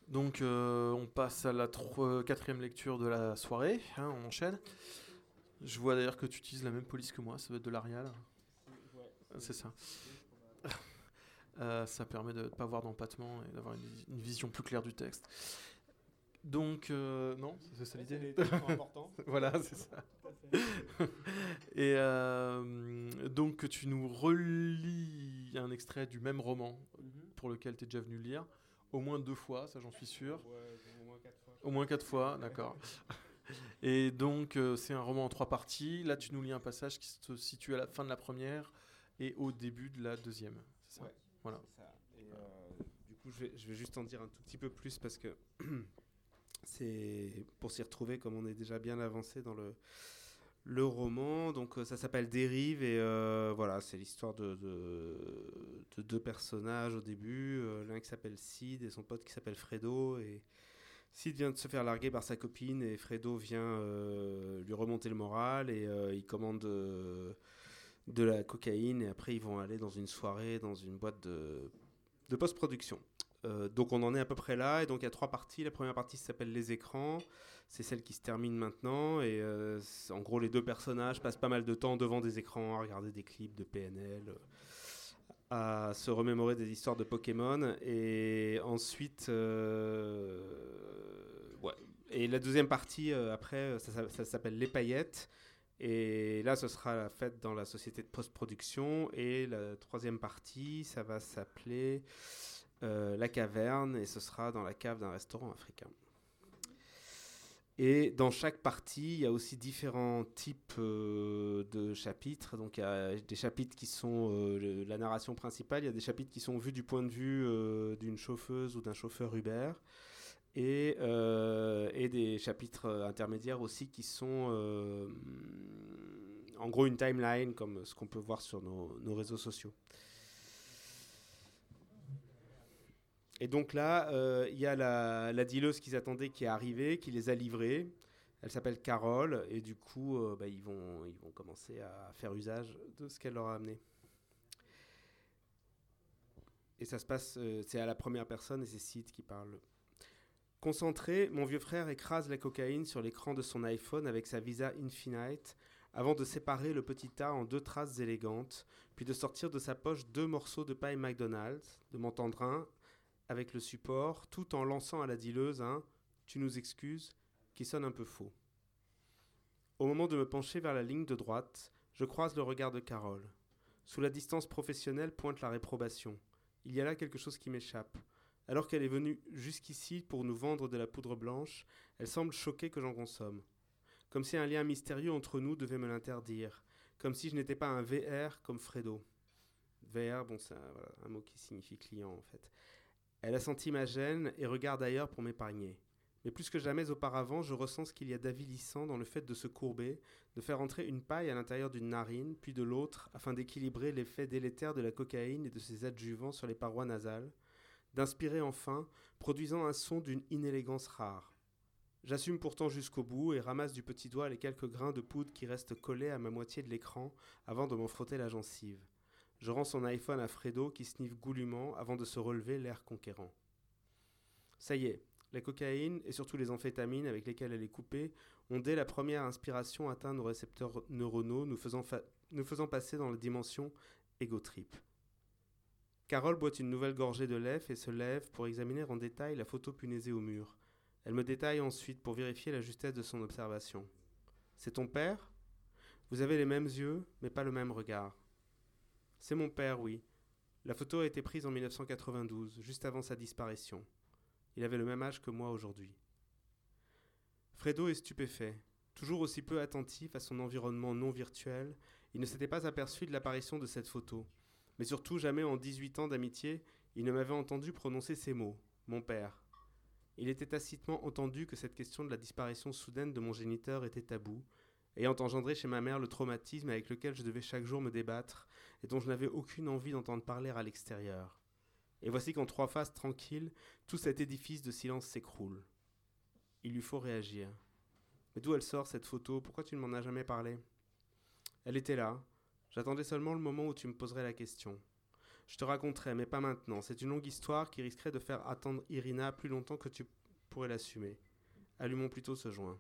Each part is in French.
Donc, on passe à la quatrième lecture de la soirée. On enchaîne. Je vois d'ailleurs que tu utilises la même police que moi. Ça doit être de l'Arial. C'est ça. Ça permet de ne pas voir d'empattement et d'avoir une vision plus claire du texte. Donc, non, c'est ça l'idée. Les textes sont importants. Voilà, c'est ça. Et donc, tu nous relis un extrait du même roman pour lequel tu es déjà venu lire. Au moins 2 fois, ça j'en suis sûr. Ouais, au moins 4 fois. Au moins 4 fois, d'accord. Et donc, c'est un roman en 3 parties. Là, tu nous lis un passage qui se situe à la fin de la première et au début de la deuxième. C'est ça. Ouais, voilà. c'est ça. Et du coup, je vais juste en dire un tout petit peu plus parce que c'est pour s'y retrouver comme on est déjà bien avancé dans le roman. Donc, ça s'appelle Dérive et voilà, c'est l'histoire de 2 personnages au début. L'un qui s'appelle Sid et son pote qui s'appelle Fredo. Et Sid vient de se faire larguer par sa copine et Fredo vient lui remonter le moral et il commande de la cocaïne et après ils vont aller dans une soirée, dans une boîte de post-production. Donc on en est à peu près là et donc il y a 3 parties. La première partie s'appelle Les écrans, c'est celle qui se termine maintenant et en gros les 2 personnages passent pas mal de temps devant des écrans à regarder des clips de PNL, à se remémorer des histoires de Pokémon et ensuite ouais. Et la deuxième partie après ça s'appelle Les paillettes et là ce sera la fête dans la société de post-production et la troisième partie ça va s'appeler La caverne et ce sera dans la cave d'un restaurant africain. Et dans chaque partie, il y a aussi différents types de chapitres. Donc il y a des chapitres qui sont la narration principale, il y a des chapitres qui sont vus du point de vue d'une chauffeuse ou d'un chauffeur Uber. Et des chapitres intermédiaires aussi qui sont en gros une timeline comme ce qu'on peut voir sur nos réseaux sociaux. Et donc là, il y a la dealeuse qu'ils attendaient qui est arrivée, qui les a livrés. Elle s'appelle Carole et du coup, ils vont commencer à faire usage de ce qu'elle leur a amené. Et ça se passe, c'est à la première personne et c'est Sid qui parle. Concentré, mon vieux frère écrase la cocaïne sur l'écran de son iPhone avec sa Visa Infinite avant de séparer le petit tas en 2 traces élégantes, puis de sortir de sa poche 2 morceaux de paille McDonald's, de m'en tendre un avec le support, tout en lançant à la dealeuse un « tu nous excuses » qui sonne un peu faux. Au moment de me pencher vers la ligne de droite, je croise le regard de Carole. Sous la distance professionnelle pointe la réprobation. Il y a là quelque chose qui m'échappe. Alors qu'elle est venue jusqu'ici pour nous vendre de la poudre blanche, elle semble choquée que j'en consomme. Comme si un lien mystérieux entre nous devait me l'interdire. Comme si je n'étais pas un VR comme Fredo. VR, bon, c'est un mot qui signifie client en fait. Elle a senti ma gêne et regarde ailleurs pour m'épargner. Mais plus que jamais auparavant, je ressens ce qu'il y a d'avilissant dans le fait de se courber, de faire entrer une paille à l'intérieur d'une narine, puis de l'autre, afin d'équilibrer l'effet délétère de la cocaïne et de ses adjuvants sur les parois nasales, d'inspirer enfin, produisant un son d'une inélégance rare. J'assume pourtant jusqu'au bout et ramasse du petit doigt les quelques grains de poudre qui restent collés à ma moitié de l'écran avant de m'en frotter la gencive. Je rends son iPhone à Fredo qui sniffe goulûment avant de se relever, l'air conquérant. Ça y est, la cocaïne et surtout les amphétamines avec lesquelles elle est coupée ont dès la première inspiration atteint nos récepteurs neuronaux, nous faisant passer dans la dimension égo-trip. Carole boit une nouvelle gorgée de lait et se lève pour examiner en détail la photo punaisée au mur. Elle me détaille ensuite pour vérifier la justesse de son observation. C'est ton père ? Vous avez les mêmes yeux, mais pas le même regard. C'est mon père, oui. La photo a été prise en 1992, juste avant sa disparition. Il avait le même âge que moi aujourd'hui. Fredo est stupéfait. Toujours aussi peu attentif à son environnement non virtuel, il ne s'était pas aperçu de l'apparition de cette photo. Mais surtout, jamais en 18 ans d'amitié, il ne m'avait entendu prononcer ces mots. Mon père. Il était tacitement entendu que cette question de la disparition soudaine de mon géniteur était taboue, ayant engendré chez ma mère le traumatisme avec lequel je devais chaque jour me débattre et dont je n'avais aucune envie d'entendre parler à l'extérieur. Et voici qu'en 3 phases tranquilles, tout cet édifice de silence s'écroule. Il lui faut réagir. Mais d'où elle sort cette photo ? Pourquoi tu ne m'en as jamais parlé ? Elle était là. J'attendais seulement le moment où tu me poserais la question. Je te raconterai, mais pas maintenant. C'est une longue histoire qui risquerait de faire attendre Irina plus longtemps que tu pourrais l'assumer. Allumons plutôt ce joint.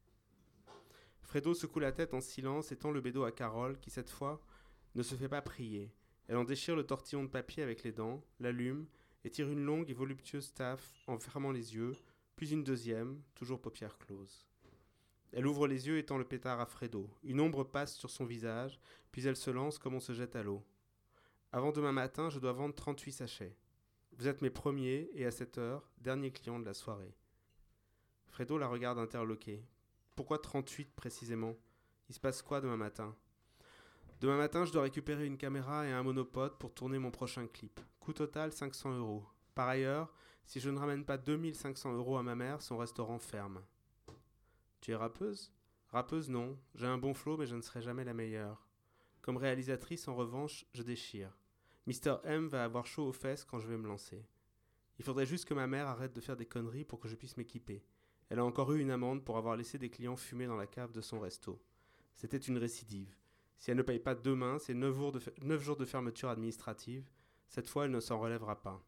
Fredo secoue la tête en silence et tend le bédo à Carole, qui cette fois ne se fait pas prier. Elle en déchire le tortillon de papier avec les dents, l'allume et tire une longue et voluptueuse taffe en fermant les yeux, puis une deuxième, toujours paupières closes. Elle ouvre les yeux et tend le pétard à Fredo. Une ombre passe sur son visage, puis elle se lance comme on se jette à l'eau. Avant demain matin, je dois vendre 38 sachets. Vous êtes mes premiers et à cette heure, dernier client de la soirée. Fredo la regarde interloqué. Pourquoi 38 précisément ? Il se passe quoi demain matin ? Demain matin, je dois récupérer une caméra et un monopode pour tourner mon prochain clip. Coût total 500 €. Par ailleurs, si je ne ramène pas 2500 € à ma mère, son restaurant ferme. Tu es rappeuse ? Rappeuse, non. J'ai un bon flow, mais je ne serai jamais la meilleure. Comme réalisatrice, en revanche, je déchire. Mr. M va avoir chaud aux fesses quand je vais me lancer. Il faudrait juste que ma mère arrête de faire des conneries pour que je puisse m'équiper. Elle a encore eu une amende pour avoir laissé des clients fumer dans la cave de son resto. C'était une récidive. Si elle ne paye pas demain, c'est 9 jours de fermeture administrative. Cette fois, elle ne s'en relèvera pas.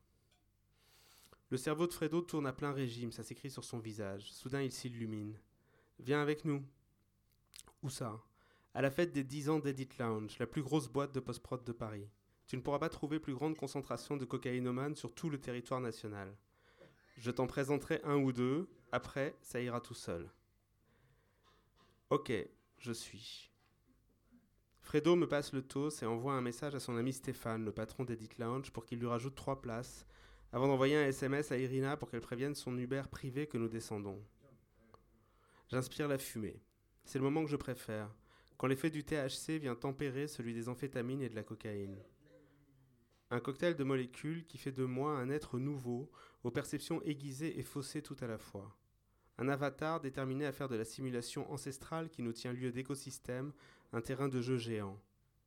Le cerveau de Fredo tourne à plein régime, ça s'écrit sur son visage. Soudain, il s'illumine. Viens avec nous. Où ça ? À la fête des 10 ans d'Edit Lounge, la plus grosse boîte de post-prod de Paris. Tu ne pourras pas trouver plus grande concentration de cocaïnomanes sur tout le territoire national. Je t'en présenterai un ou deux, après, ça ira tout seul. Ok, je suis. Fredo me passe le toast et envoie un message à son ami Stéphane, le patron d'Edit Lounge, pour qu'il lui rajoute 3 places, avant d'envoyer un SMS à Irina pour qu'elle prévienne son Uber privé que nous descendons. J'inspire la fumée. C'est le moment que je préfère, quand l'effet du THC vient tempérer celui des amphétamines et de la cocaïne. Un cocktail de molécules qui fait de moi un être nouveau, aux perceptions aiguisées et faussées tout à la fois. Un avatar déterminé à faire de la simulation ancestrale qui nous tient lieu d'écosystème un terrain de jeu géant.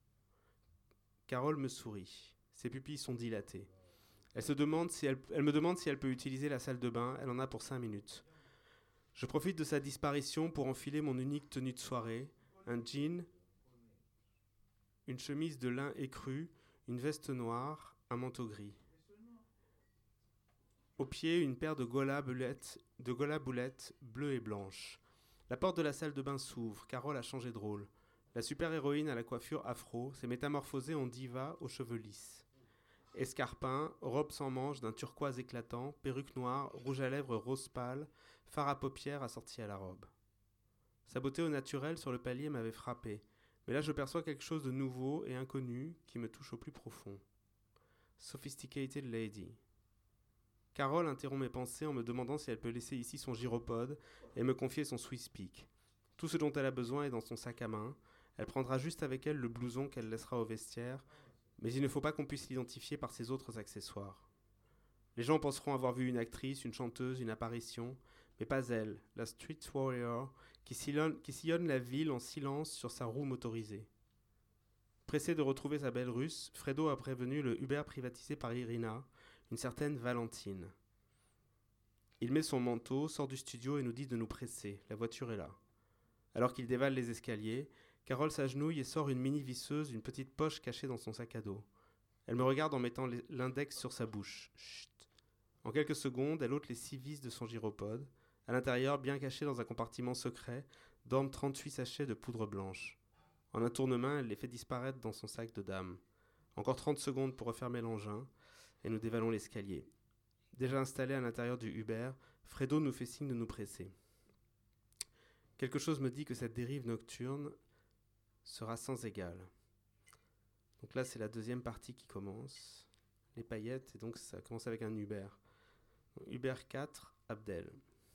Carole me sourit. Ses pupilles sont dilatées. Elle me demande si elle peut utiliser la salle de bain. Elle en a pour 5 minutes. Je profite de sa disparition pour enfiler mon unique tenue de soirée, un jean, une chemise de lin écru, une veste noire, un manteau gris. Au pied, une paire de gola boulettes bleues et blanches. La porte de la salle de bain s'ouvre. Carole a changé de rôle. La super-héroïne à la coiffure afro s'est métamorphosée en diva aux cheveux lisses. Escarpin, robe sans manches d'un turquoise éclatant, perruque noire, rouge à lèvres rose pâle, fard à paupières assorti à la robe. Sa beauté au naturel sur le palier m'avait frappé, mais là je perçois quelque chose de nouveau et inconnu qui me touche au plus profond. Sophisticated lady. Carole interrompt mes pensées en me demandant si elle peut laisser ici son gyropode et me confier son Swiss Peak. Tout ce dont elle a besoin est dans son sac à main. Elle prendra juste avec elle le blouson qu'elle laissera au vestiaire, mais il ne faut pas qu'on puisse l'identifier par ses autres accessoires. Les gens penseront avoir vu une actrice, une chanteuse, une apparition, mais pas elle, la street warrior qui sillonne la ville en silence sur sa roue motorisée. Pressé de retrouver sa belle russe, Fredo a prévenu le Uber privatisé par Irina, une certaine Valentine. Il met son manteau, sort du studio et nous dit de nous presser. La voiture est là. Alors qu'il dévale les escaliers, Carole s'agenouille et sort une mini-visseuse, une petite poche cachée dans son sac à dos. Elle me regarde en mettant l'index sur sa bouche. Chut. En quelques secondes, elle ôte les 6 vis de son gyropode. À l'intérieur, bien caché dans un compartiment secret, dorment 38 sachets de poudre blanche. En un tournement, elle les fait disparaître dans son sac de dame. Encore 30 secondes pour refermer l'engin, et nous dévalons l'escalier. Déjà installé à l'intérieur du Uber, Fredo nous fait signe de nous presser. Quelque chose me dit que cette dérive nocturne sera sans égale. Donc là, c'est la deuxième partie qui commence. Les paillettes, et donc ça commence avec un Uber. Uber 4, Abdel.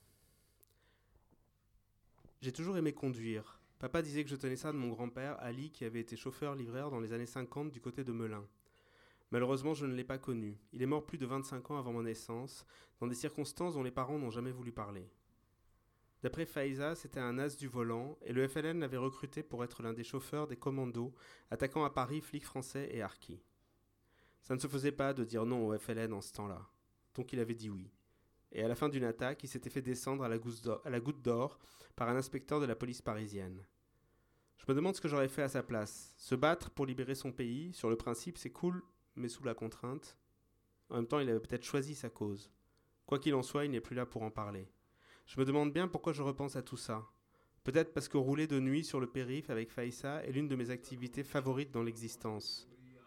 J'ai toujours aimé conduire. Papa disait que je tenais ça de mon grand-père, Ali, qui avait été chauffeur-livreur dans les années 50 du côté de Melun. Malheureusement, je ne l'ai pas connu. Il est mort plus de 25 ans avant mon naissance, dans des circonstances dont les parents n'ont jamais voulu parler. D'après Faiza, c'était un as du volant, et le FLN l'avait recruté pour être l'un des chauffeurs des commandos, attaquant à Paris flics français et harkis. Ça ne se faisait pas de dire non au FLN en ce temps-là. Donc il avait dit oui. Et à la fin d'une attaque, il s'était fait descendre à la goutte d'or par un inspecteur de la police parisienne. Je me demande ce que j'aurais fait à sa place. Se battre pour libérer son pays, sur le principe, c'est cool, mais sous la contrainte. En même temps, il avait peut-être choisi sa cause. Quoi qu'il en soit, il n'est plus là pour en parler. Je me demande bien pourquoi je repense à tout ça. Peut-être parce que rouler de nuit sur le périph' avec Faïssa est l'une de mes activités favorites dans l'existence.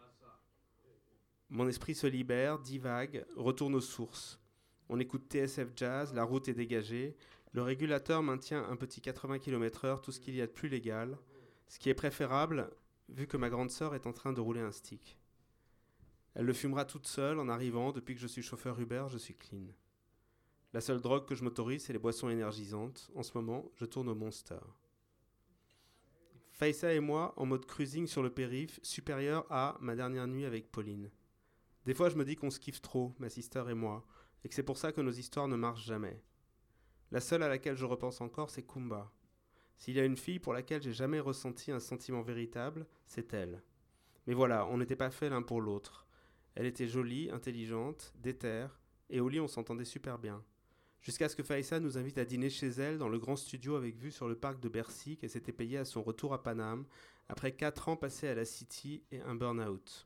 Mon esprit se libère, divague, retourne aux sources. On écoute TSF Jazz, la route est dégagée, le régulateur maintient un petit 80 km/h, tout ce qu'il y a de plus légal, ce qui est préférable vu que ma grande sœur est en train de rouler un stick. Elle le fumera toute seule en arrivant, depuis que je suis chauffeur Uber, je suis clean. La seule drogue que je m'autorise, c'est les boissons énergisantes. En ce moment, je tourne au Monster. Faïssa et moi, en mode cruising sur le périph', supérieur à ma dernière nuit avec Pauline. Des fois, je me dis qu'on se kiffe trop, ma sister et moi, et que c'est pour ça que nos histoires ne marchent jamais. La seule à laquelle je repense encore, c'est Kumba. S'il y a une fille pour laquelle j'ai jamais ressenti un sentiment véritable, c'est elle. Mais voilà, on n'était pas faits l'un pour l'autre. Elle était jolie, intelligente, déterre, et au lit on s'entendait super bien. Jusqu'à ce que Faïssa nous invite à dîner chez elle dans le grand studio avec vue sur le parc de Bercy qu'elle s'était payé à son retour à Paname, après 4 ans passés à la City et un burn-out.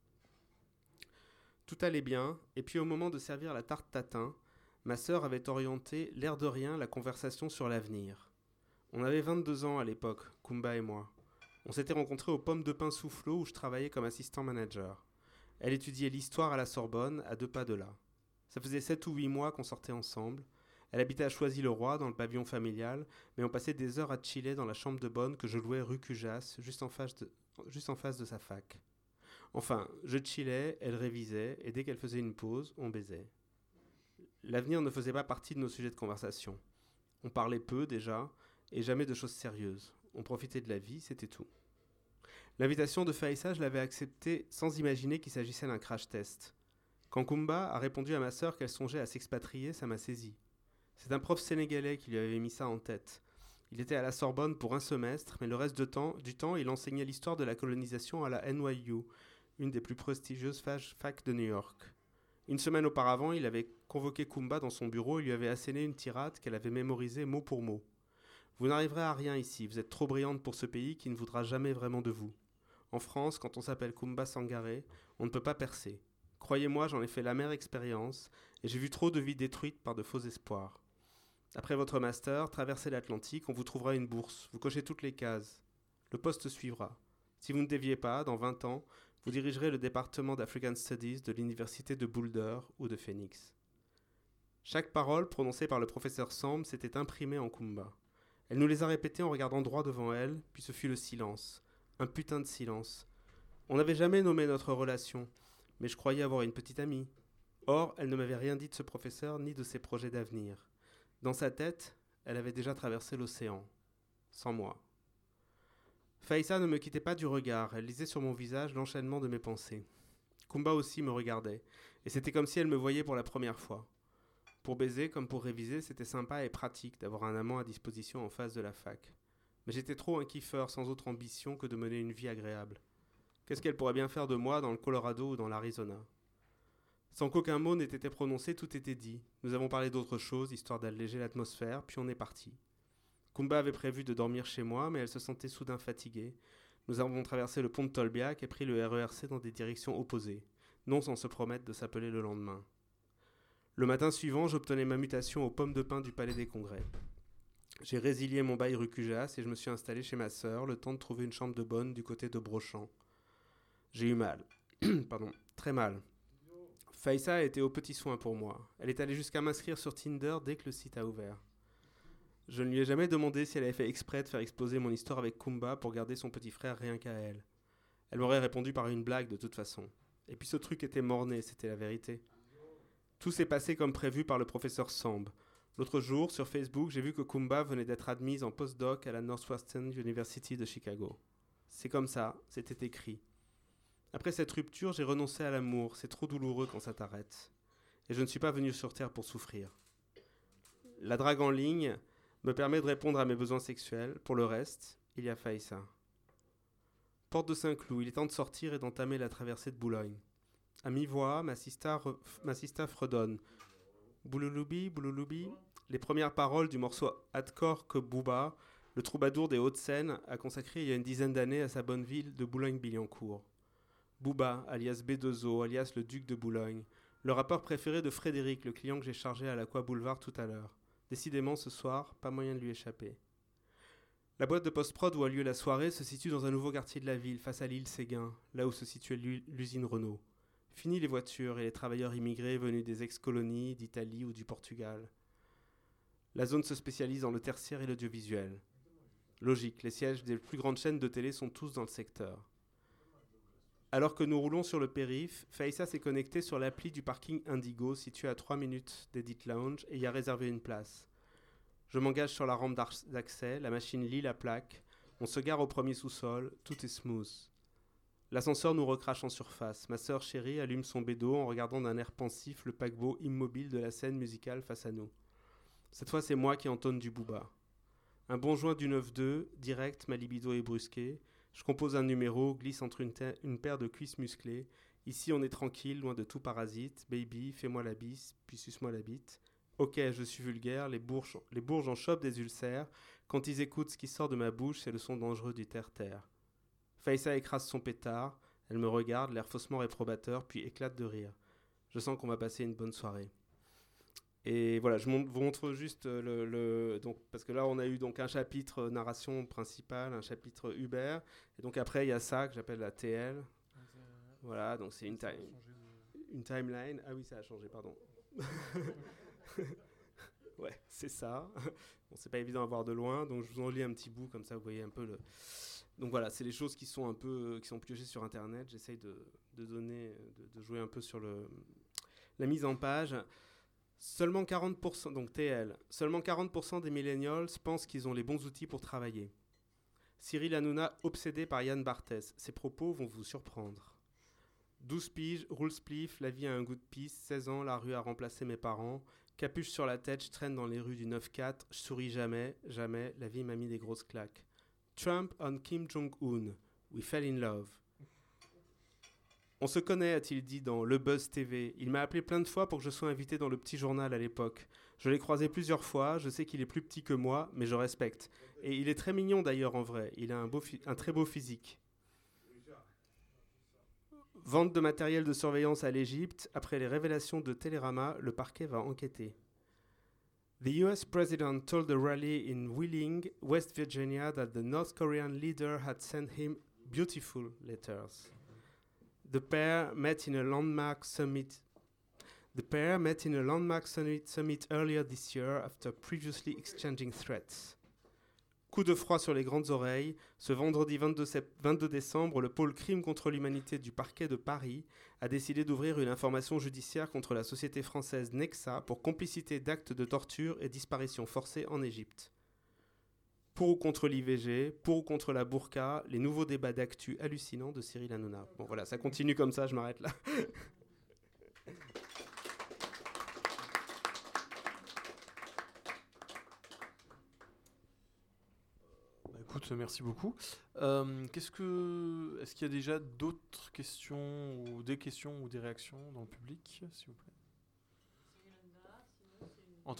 Tout allait bien, et puis au moment de servir la tarte tatin, ma sœur avait orienté, l'air de rien, la conversation sur l'avenir. On avait 22 ans à l'époque, Kumba et moi. On s'était rencontrés aux Pommes de Pin Soufflot où je travaillais comme assistant manager. Elle étudiait l'histoire à la Sorbonne, à 2 pas de là. Ça faisait 7 ou 8 mois qu'on sortait ensemble. Elle habitait à Choisy-le-Roi, dans le pavillon familial, mais on passait des heures à chiller dans la chambre de bonne que je louais rue Cujas, juste en face de sa fac. Enfin, je chillais, elle révisait, et dès qu'elle faisait une pause, on baisait. L'avenir ne faisait pas partie de nos sujets de conversation. On parlait peu déjà, et jamais de choses sérieuses. On profitait de la vie, c'était tout. L'invitation de Faïssa, je l'avais acceptée sans imaginer qu'il s'agissait d'un crash test. Quand Kumba a répondu à ma sœur qu'elle songeait à s'expatrier, ça m'a saisi. C'est un prof sénégalais qui lui avait mis ça en tête. Il était à la Sorbonne pour un semestre, mais le reste du temps, il enseignait l'histoire de la colonisation à la NYU, une des plus prestigieuses facs de New York. Une semaine auparavant, il avait convoqué Kumba dans son bureau et lui avait asséné une tirade qu'elle avait mémorisée mot pour mot. « Vous n'arriverez à rien ici, vous êtes trop brillante pour ce pays qui ne voudra jamais vraiment de vous. En France, quand on s'appelle Kumba Sangaré, on ne peut pas percer. Croyez-moi, j'en ai fait l'amère expérience et j'ai vu trop de vies détruites par de faux espoirs. Après votre master, traversez l'Atlantique, on vous trouvera une bourse. Vous cochez toutes les cases. Le poste suivra. Si vous ne déviez pas, dans 20 ans, vous dirigerez le département d'African Studies de l'université de Boulder ou de Phoenix. » Chaque parole prononcée par le professeur Samb s'était imprimée en Kumba. Elle nous les a répétées en regardant droit devant elle, puis ce fut le silence. Un putain de silence. On n'avait jamais nommé notre relation, mais je croyais avoir une petite amie. Or, elle ne m'avait rien dit de ce professeur ni de ses projets d'avenir. Dans sa tête, elle avait déjà traversé l'océan. Sans moi. Faïssa ne me quittait pas du regard, elle lisait sur mon visage l'enchaînement de mes pensées. Kumba aussi me regardait, et c'était comme si elle me voyait pour la première fois. Pour baiser comme pour réviser, c'était sympa et pratique d'avoir un amant à disposition en face de la fac. Mais j'étais trop un kiffeur sans autre ambition que de mener une vie agréable. Qu'est-ce qu'elle pourrait bien faire de moi dans le Colorado ou dans l'Arizona ? Sans qu'aucun mot n'ait été prononcé, tout était dit. Nous avons parlé d'autre chose, histoire d'alléger l'atmosphère, puis on est parti. Kumba avait prévu de dormir chez moi, mais elle se sentait soudain fatiguée. Nous avons traversé le pont de Tolbiac et pris le RERC dans des directions opposées, non sans se promettre de s'appeler le lendemain. Le matin suivant, j'obtenais ma mutation aux Pommes de Pin du Palais des Congrès. J'ai résilié mon bail rue Cujas et je me suis installé chez ma sœur, le temps de trouver une chambre de bonne du côté de Brochamp. J'ai eu mal. Très mal. Faïssa a été aux petits soins pour moi. Elle est allée jusqu'à m'inscrire sur Tinder dès que le site a ouvert. Je ne lui ai jamais demandé si elle avait fait exprès de faire exploser mon histoire avec Kumba pour garder son petit frère rien qu'à elle. Elle m'aurait répondu par une blague de toute façon. Et puis ce truc était mort-né, c'était la vérité. Tout s'est passé comme prévu par le professeur Samb. L'autre jour, sur Facebook, j'ai vu que Kumba venait d'être admise en postdoc à la Northwestern University de Chicago. C'est comme ça, c'était écrit. Après cette rupture, j'ai renoncé à l'amour, c'est trop douloureux quand ça t'arrête. Et je ne suis pas venu sur Terre pour souffrir. La drague en ligne me permet de répondre à mes besoins sexuels. Pour le reste, il y a Faïssa. Porte de Saint-Cloud, il est temps de sortir et d'entamer la traversée de Boulogne. À mi-voix, ma sista fredonne. Boulouloubi, boulouloubi. Les premières paroles du morceau hardcore que Booba, le troubadour des Hauts-de-Seine, a consacré il y a une dizaine d'années à sa bonne ville de Boulogne-Billancourt. Bouba, alias B2O, alias le duc de Boulogne. Le rappeur préféré de Frédéric, le client que j'ai chargé à l'Aqua Boulevard tout à l'heure. Décidément, ce soir, pas moyen de lui échapper. La boîte de post-prod où a lieu la soirée se situe dans un nouveau quartier de la ville, face à l'île Séguin, là où se situait l'usine Renault. Fini les voitures et les travailleurs immigrés venus des ex-colonies, d'Italie ou du Portugal. La zone se spécialise dans le tertiaire et l'audiovisuel. Logique, les sièges des plus grandes chaînes de télé sont tous dans le secteur. Alors que nous roulons sur le périph', Faïssa s'est connecté sur l'appli du parking Indigo, situé à 3 minutes d'Edit Lounge, et y a réservé une place. Je m'engage sur la rampe d'accès, la machine lit la plaque, on se gare au premier sous-sol, tout est smooth. L'ascenseur nous recrache en surface. Ma sœur chérie allume son bédo en regardant d'un air pensif le paquebot immobile de la scène musicale face à nous. Cette fois, c'est moi qui entonne du Booba. Un bon joint du 9-2, direct, ma libido est brusquée. Je compose un numéro, glisse entre une paire de cuisses musclées. Ici, on est tranquille, loin de tout parasite. Baby, fais-moi la bise, puis suce-moi la bite. Ok, je suis vulgaire, les bourges en chopent des ulcères. Quand ils écoutent ce qui sort de ma bouche, c'est le son dangereux du terre-terre. Faïssa écrase son pétard. Elle me regarde, l'air faussement réprobateur, puis éclate de rire. Je sens qu'on va passer une bonne soirée. Et voilà, je vous montre juste donc, parce que là, on a eu donc un chapitre narration principale, un chapitre Uber. Et donc après, il y a ça que j'appelle la TL. Voilà, donc c'est une timeline. Ah oui, ça a changé, pardon. Ouais, c'est ça. Bon, c'est pas évident à voir de loin, donc je vous en lis un petit bout, comme ça vous voyez un peu le... Donc voilà, c'est les choses qui sont un peu qui sont piochées sur Internet. J'essaye de jouer un peu sur la mise en page. Seulement 40%, donc TL, seulement 40% des millennials pensent qu'ils ont les bons outils pour travailler. Cyril Hanouna, obsédé par Yann Barthès. Ses propos vont vous surprendre. 12 piges, roule spliff, la vie a un goût de pisse, 16 ans, la rue a remplacé mes parents, capuche sur la tête, je traîne dans les rues du 9-4, je souris jamais, jamais, la vie m'a mis des grosses claques. Trump on Kim Jong-un, we fell in love. On se connaît, a-t-il dit dans Le Buzz TV. Il m'a appelé plein de fois pour que je sois invité dans le petit journal à l'époque. Je l'ai croisé plusieurs fois, je sais qu'il est plus petit que moi, mais je respecte. Et il est très mignon d'ailleurs en vrai, il a un très beau physique. Vente de matériel de surveillance à l'Égypte, après les révélations de Télérama, le parquet va enquêter. The US president told a rally in Wheeling, West Virginia, that the North Korean leader had sent him beautiful letters. The pair met in a landmark summit earlier this year after previously exchanging threats. Coup de froid sur les grandes oreilles, ce vendredi 22 décembre, le pôle crime contre l'humanité du parquet de Paris a décidé d'ouvrir une information judiciaire contre la société française Nexa pour complicité d'actes de torture et disparition forcée en Égypte. Pour ou contre l'IVG, pour ou contre la burqa, les nouveaux débats d'actu hallucinants de Cyril Hanouna. Bon voilà, ça continue comme ça, je m'arrête là. Écoute, merci beaucoup. Est-ce qu'il y a déjà d'autres questions ou des réactions dans le public, s'il vous plaît ? Antoine ?